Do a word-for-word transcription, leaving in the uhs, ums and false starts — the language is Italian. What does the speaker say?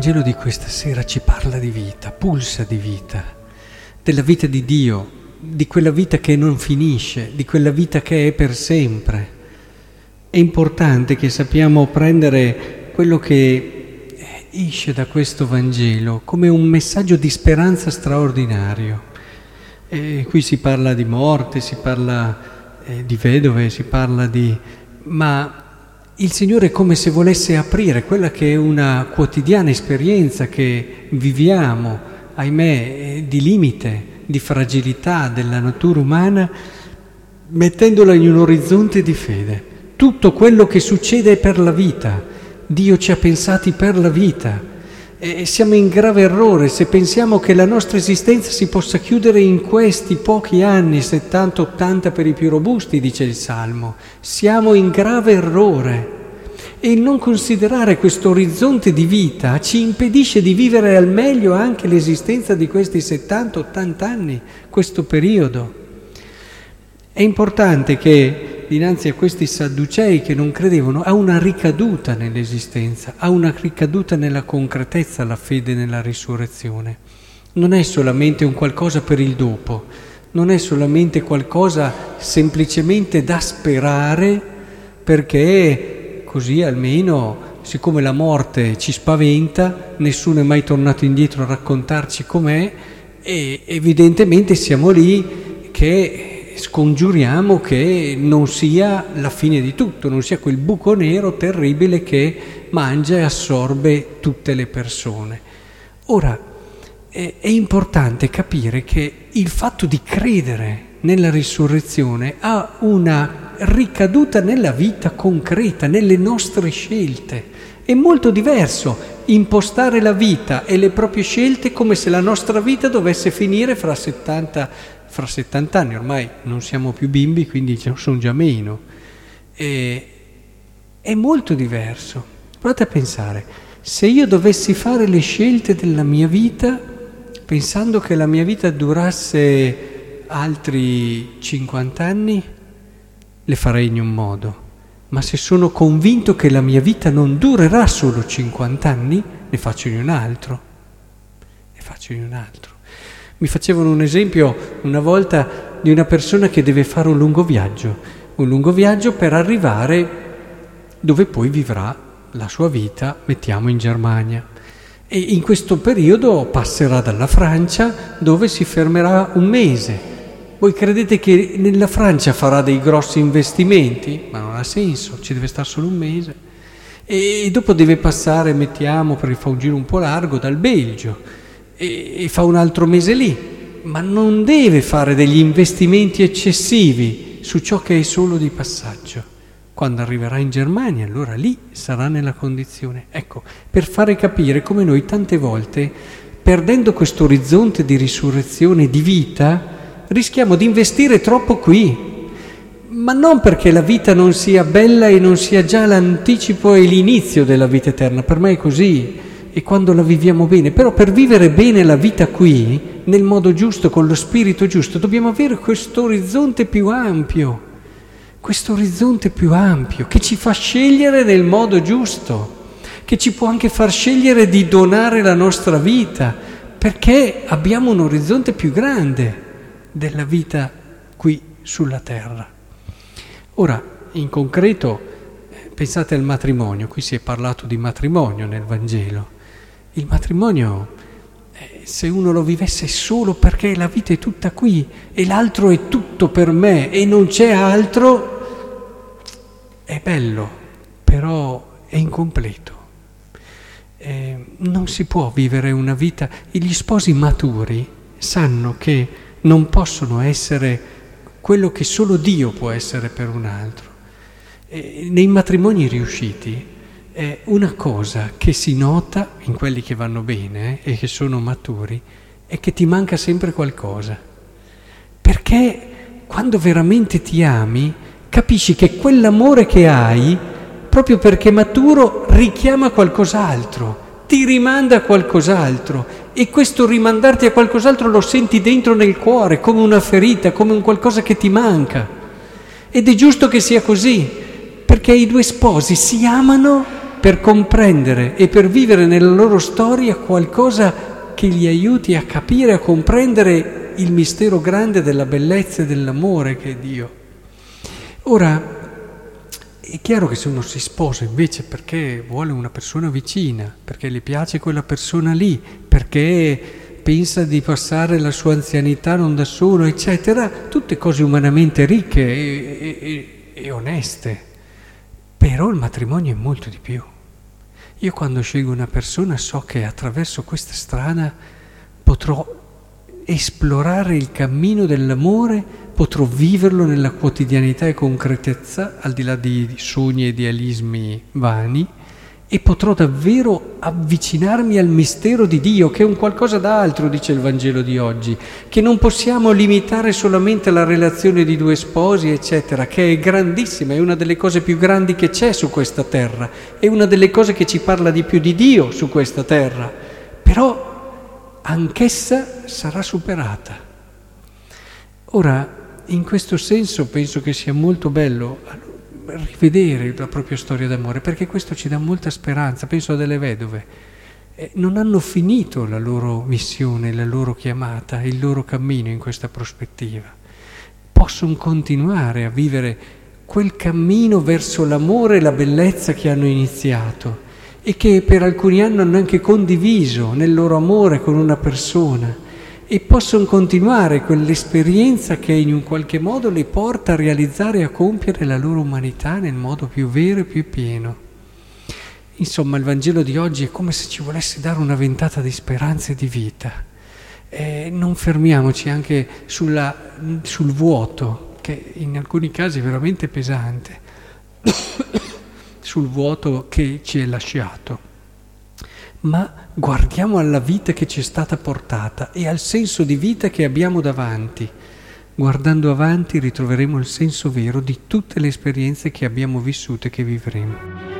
Vangelo di questa sera ci parla di vita, pulsa di vita, della vita di Dio, di quella vita che non finisce, di quella vita che è per sempre. È importante che sappiamo prendere quello che esce da questo Vangelo come un messaggio di speranza straordinario. E qui si parla di morte, si parla eh, di vedove, si parla di... ma il Signore è come se volesse aprire quella che è una quotidiana esperienza che viviamo, ahimè, di limite, di fragilità della natura umana, mettendola in un orizzonte di fede. Tutto quello che succede è per la vita. Dio ci ha pensati per la vita. E siamo in grave errore se pensiamo che la nostra esistenza si possa chiudere in questi pochi anni, settanta ottanta per i più robusti, dice il Salmo. Siamo in grave errore e il non considerare questo orizzonte di vita ci impedisce di vivere al meglio anche l'esistenza di questi settanta ottanta anni, questo periodo. È importante che dinanzi a questi sadducei che non credevano, ha una ricaduta nell'esistenza, ha una ricaduta nella concretezza la fede nella risurrezione. Non è solamente un qualcosa per il dopo, non è solamente qualcosa semplicemente da sperare, perché così almeno, siccome la morte ci spaventa, nessuno è mai tornato indietro a raccontarci com'è, e evidentemente siamo lì che scongiuriamo che non sia la fine di tutto, non sia quel buco nero terribile che mangia e assorbe tutte le persone. Ora, è, è importante capire che il fatto di credere nella risurrezione ha una ricaduta nella vita concreta, nelle nostre scelte. È molto diverso impostare la vita e le proprie scelte come se la nostra vita dovesse finire fra settanta fra settanta anni, ormai non siamo più bimbi, quindi sono già meno. E, è molto diverso. Provate a pensare, se io dovessi fare le scelte della mia vita pensando che la mia vita durasse altri cinquanta anni, le farei in un modo. Ma se sono convinto che la mia vita non durerà solo cinquanta anni, ne faccio in un altro. Ne faccio in un altro. Mi facevano un esempio una volta di una persona che deve fare un lungo viaggio, un lungo viaggio per arrivare dove poi vivrà la sua vita, mettiamo in Germania. E in questo periodo passerà dalla Francia, dove si fermerà un mese. Voi credete che nella Francia farà dei grossi investimenti? Ma non ha senso, ci deve stare solo un mese. E dopo deve passare, mettiamo, perché fa un giro un po' largo, dal Belgio. E fa un altro mese lì, ma non deve fare degli investimenti eccessivi su ciò che è solo di passaggio. Quando arriverà in Germania, allora lì sarà nella condizione. Ecco, per fare capire come noi tante volte, perdendo questo orizzonte di risurrezione, di vita, rischiamo di investire troppo qui, ma non perché la vita non sia bella e non sia già l'anticipo e l'inizio della vita eterna, per me è così. E quando la viviamo bene, però per vivere bene la vita qui, nel modo giusto, con lo spirito giusto, dobbiamo avere questo orizzonte più ampio, questo orizzonte più ampio, che ci fa scegliere nel modo giusto, che ci può anche far scegliere di donare la nostra vita, perché abbiamo un orizzonte più grande della vita qui sulla terra. Ora, in concreto, pensate al matrimonio, qui si è parlato di matrimonio nel Vangelo. Il matrimonio, eh, se uno lo vivesse solo perché la vita è tutta qui e l'altro è tutto per me e non c'è altro, è bello, però è incompleto. Eh, non si può vivere una vita. Gli sposi maturi sanno che non possono essere quello che solo Dio può essere per un altro. Eh, nei matrimoni riusciti, è una cosa che si nota in quelli che vanno bene eh, e che sono maturi, è che ti manca sempre qualcosa. Perché quando veramente ti ami, capisci che quell'amore che hai, proprio perché è maturo, richiama qualcos'altro, ti rimanda a qualcos'altro, e questo rimandarti a qualcos'altro lo senti dentro nel cuore, come una ferita, come un qualcosa che ti manca. Ed è giusto che sia così, perché i due sposi si amano per comprendere e per vivere nella loro storia qualcosa che li aiuti a capire, a comprendere il mistero grande della bellezza e dell'amore che è Dio. Ora, è chiaro che se uno si sposa invece perché vuole una persona vicina, perché le piace quella persona lì, perché pensa di passare la sua anzianità non da solo, eccetera, tutte cose umanamente ricche e, e, e oneste. Però il matrimonio è molto di più. Io quando scelgo una persona so che attraverso questa strada potrò esplorare il cammino dell'amore, potrò viverlo nella quotidianità e concretezza, al di là di sogni e idealismi vani, e potrò davvero avvicinarmi al mistero di Dio, che è un qualcosa d'altro, dice il Vangelo di oggi, che non possiamo limitare solamente alla relazione di due sposi, eccetera, che è grandissima, è una delle cose più grandi che c'è su questa terra, è una delle cose che ci parla di più di Dio su questa terra, però anch'essa sarà superata. Ora, in questo senso penso che sia molto bello rivedere la propria storia d'amore, perché questo ci dà molta speranza. Penso a delle vedove, eh, non hanno finito la loro missione, la loro chiamata, il loro cammino in questa prospettiva. Possono continuare a vivere quel cammino verso l'amore e la bellezza che hanno iniziato e che per alcuni anni hanno anche condiviso nel loro amore con una persona, e possono continuare quell'esperienza che in un qualche modo le porta a realizzare e a compiere la loro umanità nel modo più vero e più pieno. Insomma, il Vangelo di oggi è come se ci volesse dare una ventata di speranza e di vita. Eh, non fermiamoci anche sulla, sul vuoto, che in alcuni casi è veramente pesante, sul vuoto che ci è lasciato. Ma guardiamo alla vita che ci è stata portata e al senso di vita che abbiamo davanti. Guardando avanti ritroveremo il senso vero di tutte le esperienze che abbiamo vissuto e che vivremo.